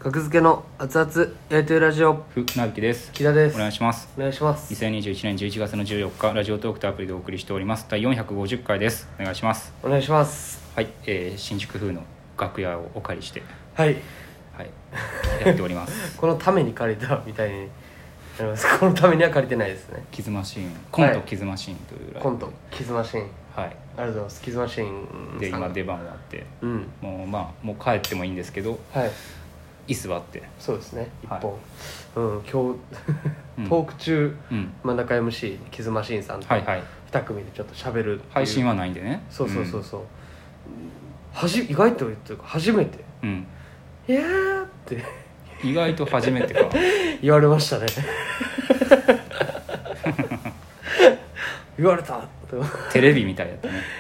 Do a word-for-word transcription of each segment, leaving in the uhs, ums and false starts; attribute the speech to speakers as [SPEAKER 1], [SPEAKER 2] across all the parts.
[SPEAKER 1] 格付けの熱々焼いてるラジオ、
[SPEAKER 2] ふなびきです。
[SPEAKER 1] 木田です。
[SPEAKER 2] お願いします。
[SPEAKER 1] お願いします。
[SPEAKER 2] にせんにじゅういちねんじゅういちがつのじゅうよっか、ラジオトークとアプリでお送りしております。だいよんひゃくごじゅっかいです。お願いします。
[SPEAKER 1] お願いします。
[SPEAKER 2] はい、えー、新宿風の楽屋をお借りして
[SPEAKER 1] はい、
[SPEAKER 2] はい、やっております
[SPEAKER 1] このために借りたみたいになります。このためには借りてないですね。
[SPEAKER 2] キズマシーン、コントキズマシーンというライブ、
[SPEAKER 1] コントキズマシーン、
[SPEAKER 2] はい、
[SPEAKER 1] ありがとうございます。キズマシーン
[SPEAKER 2] で今出番があって、
[SPEAKER 1] うん、
[SPEAKER 2] もうまあもう帰ってもいいんですけど、
[SPEAKER 1] はい、
[SPEAKER 2] 椅子はあって、
[SPEAKER 1] そうですね、一
[SPEAKER 2] はい
[SPEAKER 1] 本、うん、今日
[SPEAKER 2] うん
[SPEAKER 1] トーク中、
[SPEAKER 2] うん、
[SPEAKER 1] 真ん中 エムシー キズマシーンさんと
[SPEAKER 2] はいはい、
[SPEAKER 1] に組でちょっと喋るっていう
[SPEAKER 2] 配信はないんでね。
[SPEAKER 1] そうそうそうそう、はじ意外と言ってるか初めて、
[SPEAKER 2] うん、
[SPEAKER 1] いやーって
[SPEAKER 2] 意外と初めてか
[SPEAKER 1] 言われましたね言われた
[SPEAKER 2] テレビみたいだったね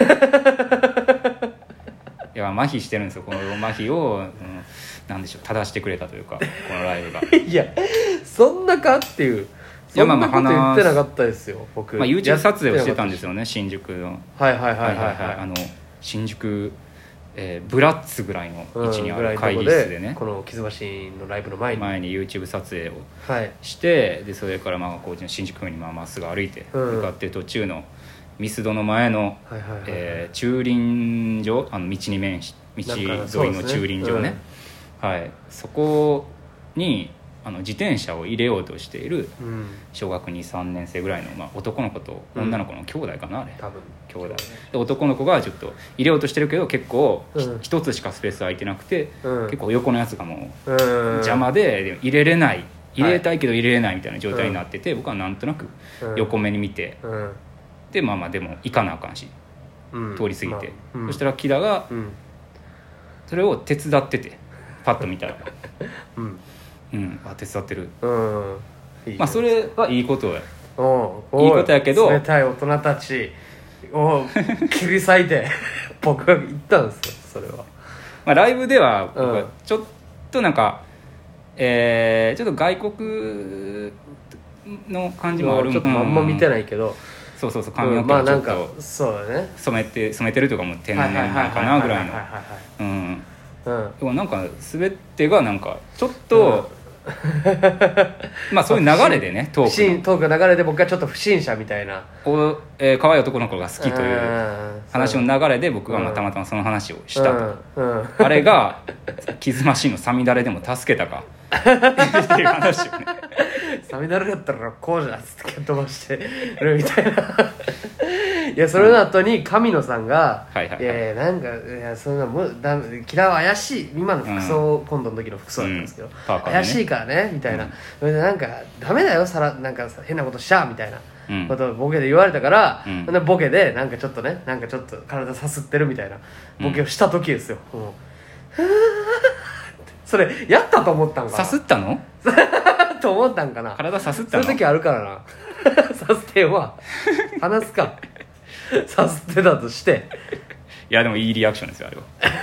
[SPEAKER 2] いや麻痺してるんですよ。この麻痺を、うん、なんでしょう、正してくれたというか、このライブが
[SPEAKER 1] いやそんなかっていう、そんなこと言ってなかったですよ僕、
[SPEAKER 2] まあ、YouTube 撮影をしてたんですよね、新宿の。
[SPEAKER 1] はいはいはいはいはい、
[SPEAKER 2] あの新宿、えー、ブラッツぐらいの位置にある会議室でね、うん、
[SPEAKER 1] このキズマシーンのライブの前に
[SPEAKER 2] 前に YouTube 撮影をして、はい、でそれからまあこう新宿にまあまっすぐ歩いて向かってる途中のミスドの前の駐輪場、あの道に面し道沿いの駐輪場ね、ね、うん、はい、そこにあの自転車を入れようとしている小学に、さんねん生ぐらいの、まあ、男の子と女の子の兄弟かな、あれ
[SPEAKER 1] 多分
[SPEAKER 2] 兄弟で、男の子がちょっと入れようとしてるけど結構一、うん、つしかスペース空いてなくて、うん、結構横のやつがもう邪魔で、で入れれない入れたいけど入れれないみたいな状態になってて、はい、僕はなんとなく横目に見て、うん、でまあまあでも行かなあかんし、うん、通り過ぎて、まあうん、そしたら木田がそれを手伝ってて、パッと見たらうんうん、あ手伝ってる、うんいい、まあそれはいいことや、うん、いいことやけど、
[SPEAKER 1] 冷たい大人たちを切り裂いて僕が言ったんですよ、それは。
[SPEAKER 2] まあ、ライブでは僕はちょっとなんか、うん、えー、ちょっと外国の感じもあるん
[SPEAKER 1] ちょっとあんま見てないけど、
[SPEAKER 2] そうそうそう、髪の毛をちょっと染めて染めてるとかも天然なのかなぐらいの、うん、でもなんか全てがなんかちょっと、うんまあそういう流れでね、トーク
[SPEAKER 1] トークの流れで僕がちょっと不審者みたいな、
[SPEAKER 2] お、えー、可愛い男の子が好きという話の流れで僕がまあたまたまその話をしたと、うんうん、あれがキズマシーンのサミダレでも助けたかっていう話をね
[SPEAKER 1] サミダレだったらこうじゃっつって蹴っ飛ばしてるみたいないやそれの後に神野さんが、うん、はいはいはい、いやいやなんかいやそんなもうだキラは怪しい、今の服装、うん、今度の時の服装だったんですけど、うんね、怪しいからねみたいな、うん、それでなんかダメだよさらなんか変なことしちゃみたいなことをボケで言われたから、うん、でボケでなんかちょっとねなんかちょっと体さすってるみたいなボケをした時ですよ、うん、それやったと思ったんかな、
[SPEAKER 2] さすったの
[SPEAKER 1] と思ったんかな、
[SPEAKER 2] 体さすったの、
[SPEAKER 1] そういう時あるからなさすてんは話すかさすってたとして、
[SPEAKER 2] いやでもいいリアクションですよあれは、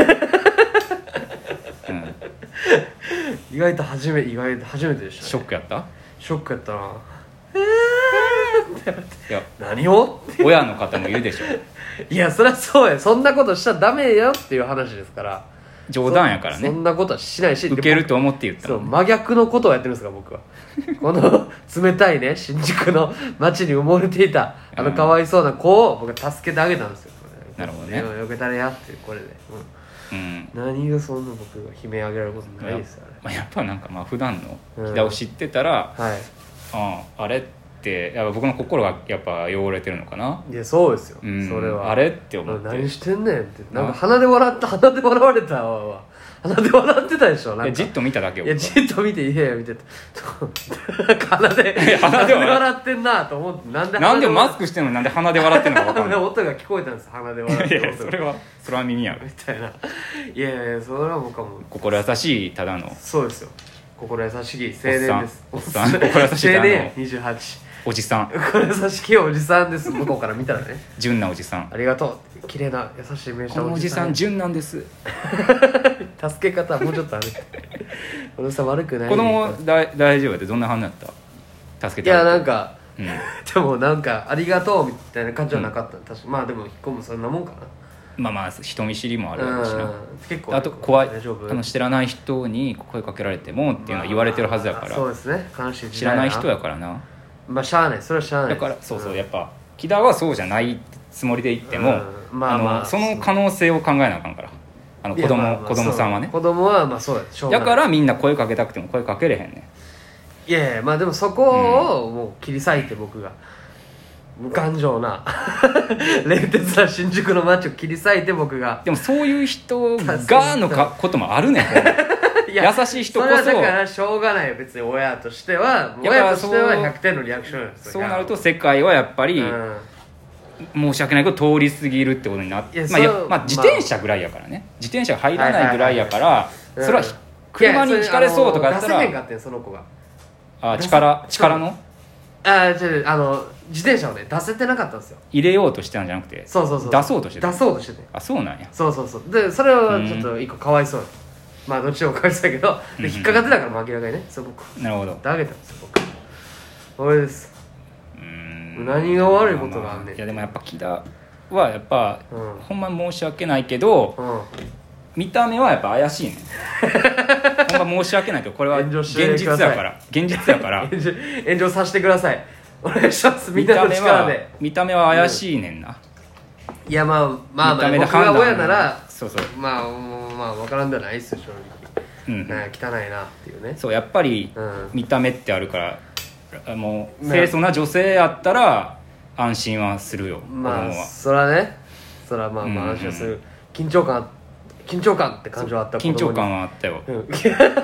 [SPEAKER 2] うん、
[SPEAKER 1] 意外と初め意外と初めてでしたね。
[SPEAKER 2] ショックやった？
[SPEAKER 1] ショックやったな。えーって
[SPEAKER 2] いや
[SPEAKER 1] 何を
[SPEAKER 2] 親の方もいるでしょ
[SPEAKER 1] いやそりゃそうや、そんなことしちゃダメよっていう話ですから、
[SPEAKER 2] 冗談やからね、
[SPEAKER 1] そ, そんなことはしないし、
[SPEAKER 2] 受けると思って言ったの、
[SPEAKER 1] そう真逆のことをやってるんですから僕はこの冷たいね新宿の街に埋もれていたあのかわいそうな子を僕は助けてあげたんですよ、
[SPEAKER 2] うん、なるほどね、
[SPEAKER 1] よけたれやってこれで、うんうん、何がそんな僕が悲鳴上げられることないですよ、
[SPEAKER 2] まあ、やっぱなんかまあ普段の木田を知ってたら、うん、はい、あ, あれってやっぱ僕の心がやっぱ汚れてるのかな。
[SPEAKER 1] いやそうですよ、うん、それは
[SPEAKER 2] あれって思って、
[SPEAKER 1] 何してんねんってなんか鼻で笑った鼻で笑われたわ鼻で笑ってたでしょ、なんか
[SPEAKER 2] じっと見ただけよ。
[SPEAKER 1] いやじっと見ていやいや見てた鼻で鼻で笑ってんなと思って、なんで
[SPEAKER 2] なんでマスクしてんのになんで鼻で笑ってんのか分かんない
[SPEAKER 1] 音が聞こえたんです、鼻で笑ってる音が。
[SPEAKER 2] いやそれはそれは耳や
[SPEAKER 1] みたいな。いやいやそれは僕はもう
[SPEAKER 2] 心優しいただの、
[SPEAKER 1] そうですよ、心優しき青年です。
[SPEAKER 2] おっさん、心優しいただの
[SPEAKER 1] にじゅうはち
[SPEAKER 2] おじさん、
[SPEAKER 1] 心優しきおじさんです。向こうから見たらね
[SPEAKER 2] 純なおじさん、
[SPEAKER 1] ありがとう、綺麗な優しい名称
[SPEAKER 2] このおじさん純なんです
[SPEAKER 1] 助け方はもうちょっとあるこの人悪くない、
[SPEAKER 2] 子供だ大丈夫やって、どんな反応やった？助けて
[SPEAKER 1] いやなんか、うん、でもなんかありがとうみたいな感じはなかった、うん、確かまあでも引っ込むそんなもんかな。
[SPEAKER 2] まあまあ人見知りもあるしな、
[SPEAKER 1] 結構
[SPEAKER 2] あと怖いあの知らない人に声かけられてもっていうのは言われてるはずやから、まあ、
[SPEAKER 1] そうですね悲しい
[SPEAKER 2] 知らない人やからな、
[SPEAKER 1] まあしゃあないそれはしゃあない
[SPEAKER 2] だからそうそう、うん、やっぱ木田はそうじゃないつもりで言っても、
[SPEAKER 1] うん、まあまあ、
[SPEAKER 2] あのその可能性を考えなあかんからあの子供、まあまあ、子供さんはね
[SPEAKER 1] 子供はまあそうだ
[SPEAKER 2] だからみんな声かけたくても声かけれへんね
[SPEAKER 1] んいやいやまあでもそこをもう切り裂いて僕が無感情な冷徹な新宿の街を切り裂いて僕が
[SPEAKER 2] でもそういう人がのかこともあるねんいや優しい人こそ
[SPEAKER 1] それはだからしょうがないよ別に親としては親としてはひゃくてんのリアクションです
[SPEAKER 2] そうなると世界はやっぱり、うん申し訳ないけど通り過ぎるってことになって、まあいやまあ、自転車ぐらいやからね、まあ、自転車が入らないぐらいやから、はいはいはい、それは車にひかれそうとかやったら
[SPEAKER 1] 出せへんかってんその子が
[SPEAKER 2] あ力力の
[SPEAKER 1] あ違うあの自転車をね出せてなかったんですよ
[SPEAKER 2] 入れようとしてたんじゃなくて
[SPEAKER 1] そうそうそう
[SPEAKER 2] 出そうとして
[SPEAKER 1] た出そうとしてて
[SPEAKER 2] あそうなんや
[SPEAKER 1] そうそうそうでそれはちょっと一個かわいそう、うん、まあどっちでもかわいそうだけどで引っかかってたからもう明らかにねそこ
[SPEAKER 2] なるほど
[SPEAKER 1] であげたんですよ僕これですうん何が悪いことがあんねん、まあ、
[SPEAKER 2] いやでもやっぱ木田はやっぱ、うん、ほんま申し訳ないけど、うん、見た目はやっぱ怪しいねほんま申し訳ないけどこれは現実やから現実やから
[SPEAKER 1] 炎上、炎上させてくださいお願いしますみんなの力で
[SPEAKER 2] 見た目は怪しいねんな、
[SPEAKER 1] うん、いやまあまあ、まあ、僕が親ならそうそうまあまあ分からんではないですよ正直、うん、なんか汚いなっていうね
[SPEAKER 2] そうやっぱり、うん、見た目ってあるからもう清楚な女性やったら安心はするよ
[SPEAKER 1] まあそれはねそれはまあまあ安心はする、うんうん、緊張感緊張感って感情あった
[SPEAKER 2] 緊張感はあったよ、うんうん、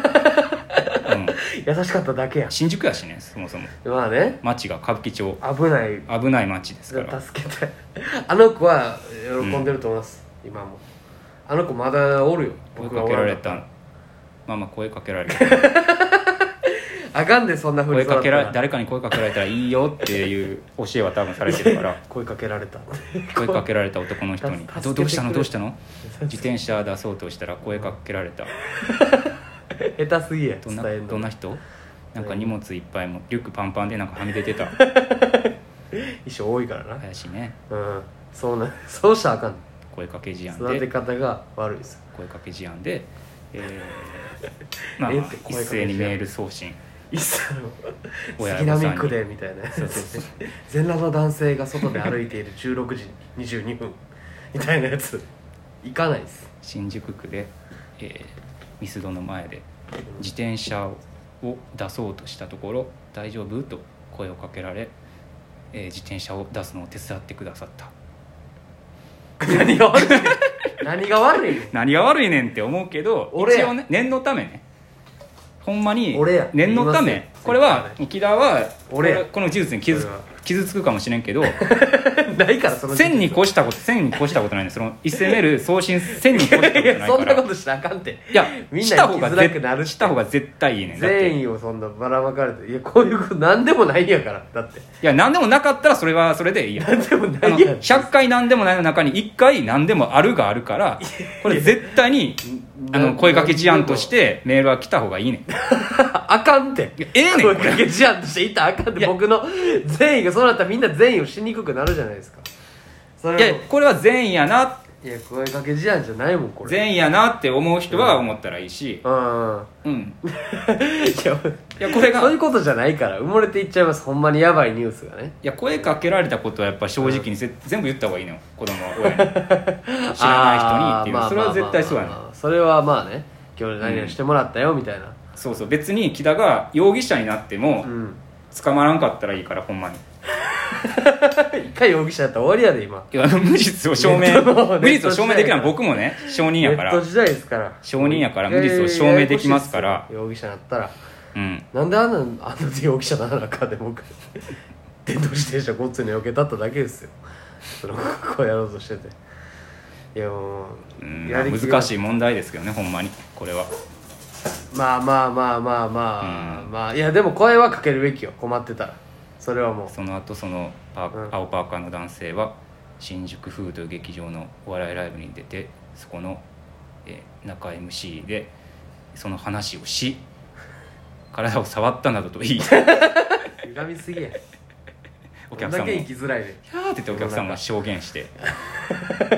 [SPEAKER 1] 優しかっただけや
[SPEAKER 2] 新宿やしねそもそも
[SPEAKER 1] まあね
[SPEAKER 2] 街が歌舞伎町
[SPEAKER 1] 危ない
[SPEAKER 2] 危ない街ですから
[SPEAKER 1] 助けてあの子は喜んでると思います、うん、今もあの子まだおるよ
[SPEAKER 2] 声かけられたまあまあ声かけられた
[SPEAKER 1] あかんでそんなふうに
[SPEAKER 2] 声かけられ誰かに声かけられたらいいよっていう教えは多分されてるから
[SPEAKER 1] 声かけられた
[SPEAKER 2] 声かけられた男の人にど, どうしたのどうしたの自転車出そうとしたら声かけられた
[SPEAKER 1] 下手すぎや
[SPEAKER 2] どんなどんな人なんか荷物いっぱいもリュックパンパンでなんかはみ出てた
[SPEAKER 1] 衣装多いからな
[SPEAKER 2] 怪しいね
[SPEAKER 1] うんそうなそうしたらあかん
[SPEAKER 2] 声かけ事案で
[SPEAKER 1] 育て方が悪いです
[SPEAKER 2] 声かけ事案で、えーまあ、一斉にメール送信
[SPEAKER 1] 一切の杉並区でみたいなそうそうそう全裸の男性が外で歩いているじゅうろくじにじゅうにふんみたいなやつ行かないです
[SPEAKER 2] 新宿区で、えー、ミスドの前で自転車を出そうとしたところ大丈夫と声をかけられ、えー、自転車を出すのを手伝ってくださった
[SPEAKER 1] 何が悪いねん何が悪いねん
[SPEAKER 2] 何が悪いねんって思うけど一応ね念のためねほんまに念のためこれは木田は俺この事実に傷傷つくかもしれんけど
[SPEAKER 1] ないからその
[SPEAKER 2] 線に越したこと線に越したことないねその一斉メール送信線に越したことないからいや
[SPEAKER 1] そんなことしたらあかんて
[SPEAKER 2] いやみんなに来づらくなるした方が絶対いいねん
[SPEAKER 1] 善意をそんなばらまかれていやこういうこと何でもないんやからだってい
[SPEAKER 2] や何でもなかったらそれはそれでいいや
[SPEAKER 1] 何でもないやん
[SPEAKER 2] ひゃっかい何でもないの中にいっかい何でもあるがあるからこれ絶対にあの声かけ事案としてメールは来た方がいいねん
[SPEAKER 1] あかんって
[SPEAKER 2] ええねん
[SPEAKER 1] 声かけ事案としていったらあかんって僕の善意がそうなったらみんな善意をしにくくなるじゃないですか
[SPEAKER 2] それいやこれは善意やない
[SPEAKER 1] や声かけ事案じゃないもんこれ
[SPEAKER 2] 善意やなって思う人は思ったらいいし
[SPEAKER 1] うん
[SPEAKER 2] うん
[SPEAKER 1] いやいやこれがそういうことじゃないから埋もれていっちゃいますほんまにやばいニュースがね
[SPEAKER 2] いや声かけられたことはやっぱ正直に、うん、全部言った方がいいのよ子供は親に知らない人にっていう、まあ、それは絶対そうやねん
[SPEAKER 1] それはまあね今日何々してもらったよみたいな、うん、
[SPEAKER 2] そうそう別に木田が容疑者になっても、うん、捕まらんかったらいいからほんまに
[SPEAKER 1] 一回容疑者やったら終わりやで今
[SPEAKER 2] いや無実を証明無実を証明できるのは僕もね証人やから
[SPEAKER 1] ネット時代ですから
[SPEAKER 2] 証人やから無実を証明できますから
[SPEAKER 1] 容疑者になったら、
[SPEAKER 2] うん、
[SPEAKER 1] なんであんなあんな容疑者なのかで僕電動自転車ごっついの避けたっただけですよそのこうやろうとしてていやもう、うん、
[SPEAKER 2] やり難しい問題ですけどねほんまにこれは
[SPEAKER 1] まあまあまあまあまあ、うん、まあいやでも声はかけるべきよ困ってたらそれはもう
[SPEAKER 2] その後そのパー、うん、青パーカーの男性は新宿風という劇場のお笑いライブに出てそこの、えー、中 エムシー でその話をし体を触ったなどと言い
[SPEAKER 1] 歪みすぎやお
[SPEAKER 2] 客さんも
[SPEAKER 1] 生きづらいで
[SPEAKER 2] キャーって言ってお客さんが証言して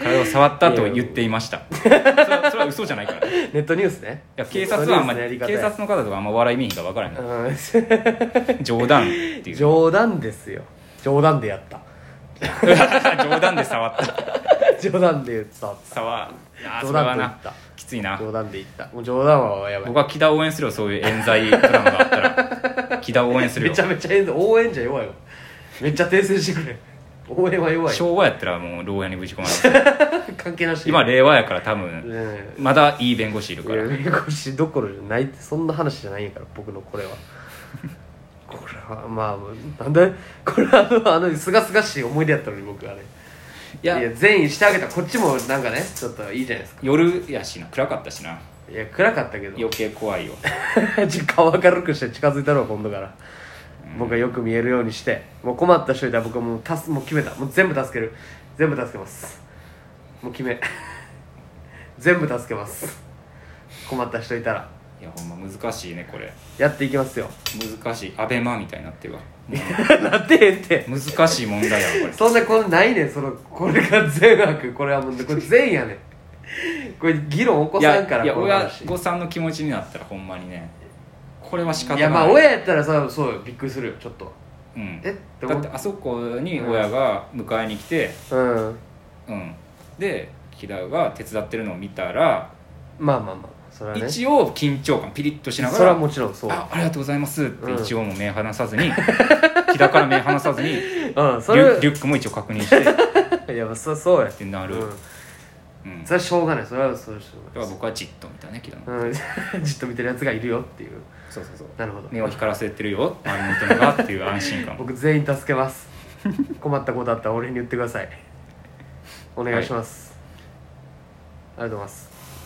[SPEAKER 2] 体を触ったと言っていましたそれはそれは嘘じゃないからね。
[SPEAKER 1] ネットニュースね。
[SPEAKER 2] いや警察はあんまり、警察の方とかあんま笑い見えへんから分からへん、うん、冗談っていう
[SPEAKER 1] 冗談ですよ。冗談でやった
[SPEAKER 2] 冗談で触った
[SPEAKER 1] 冗談で言った
[SPEAKER 2] 触あ
[SPEAKER 1] 冗談で言った
[SPEAKER 2] きついな。
[SPEAKER 1] 冗談で言った。もう冗談はやばい。
[SPEAKER 2] 僕は木田応援するよ。そういう冤罪ドラマがあったら木田応援するよ。
[SPEAKER 1] めちゃめちゃ応援じゃ弱いわ。めっちゃ訂正してくれ。応援は弱い。
[SPEAKER 2] 昭和やったらもう牢屋にぶち込まれる
[SPEAKER 1] 関係なし。
[SPEAKER 2] 今令和やから多分、ね、まだいい弁護士いるから。
[SPEAKER 1] 弁護士どころじゃないって、そんな話じゃないんやから僕のこれはこれはまあなんでこれはあのあのすがすがしい思い出やったのに僕はね。いやいや善意してあげたこっちもなんかねちょっといいじゃないですか。
[SPEAKER 2] 夜やしな、暗かったしな。
[SPEAKER 1] いや暗かったけど
[SPEAKER 2] 余計怖いよ
[SPEAKER 1] 顔明るくして近づいたろ今度から、うん、僕がよく見えるようにして、もう困った人いたら僕はもうたすもう決めた、もう全部助ける、全部助けます、もう決め全部助けます。困った人いたら。
[SPEAKER 2] いやほんま難しいねこれ。
[SPEAKER 1] やっていきますよ。
[SPEAKER 2] 難しい。アベマみたいになってるわ
[SPEAKER 1] なってへんって
[SPEAKER 2] 難しい問題やわこれ。
[SPEAKER 1] そんなこれないねん。そのこれが善悪、これはもうこれ善やねん。これ議論起こさんから。
[SPEAKER 2] いやいや親御さんの気持ちになったらほんまにねこれは仕方ない。
[SPEAKER 1] いやまあ親やったらさそうよびっくりするよちょっと、
[SPEAKER 2] うん、えだってあそこに親が迎えに来てうん、うん、で木田が手伝ってるのを見たら
[SPEAKER 1] まあまあまあそれは、ね、
[SPEAKER 2] 一応緊張感ピリッとしながら
[SPEAKER 1] それはもちろんそう
[SPEAKER 2] あ, ありがとうございますって一応もう目離さずに、うん、木田から目離さずに、
[SPEAKER 1] うん、それ
[SPEAKER 2] リュリュックも一応確認して
[SPEAKER 1] いやそそうや
[SPEAKER 2] ってなる、うん
[SPEAKER 1] うん、それはしょうがない。それはそうでしょうがない。
[SPEAKER 2] だから僕はじっと見たね木田の、
[SPEAKER 1] うん、じっと見てるやつがいるよっていう。
[SPEAKER 2] そうそうそう。
[SPEAKER 1] なるほど。
[SPEAKER 2] 目を光らせてるよ周りの人がっていう安心感
[SPEAKER 1] 僕全員助けます困ったことあったら俺に言ってください。お願いします、はい、ありがとうございます。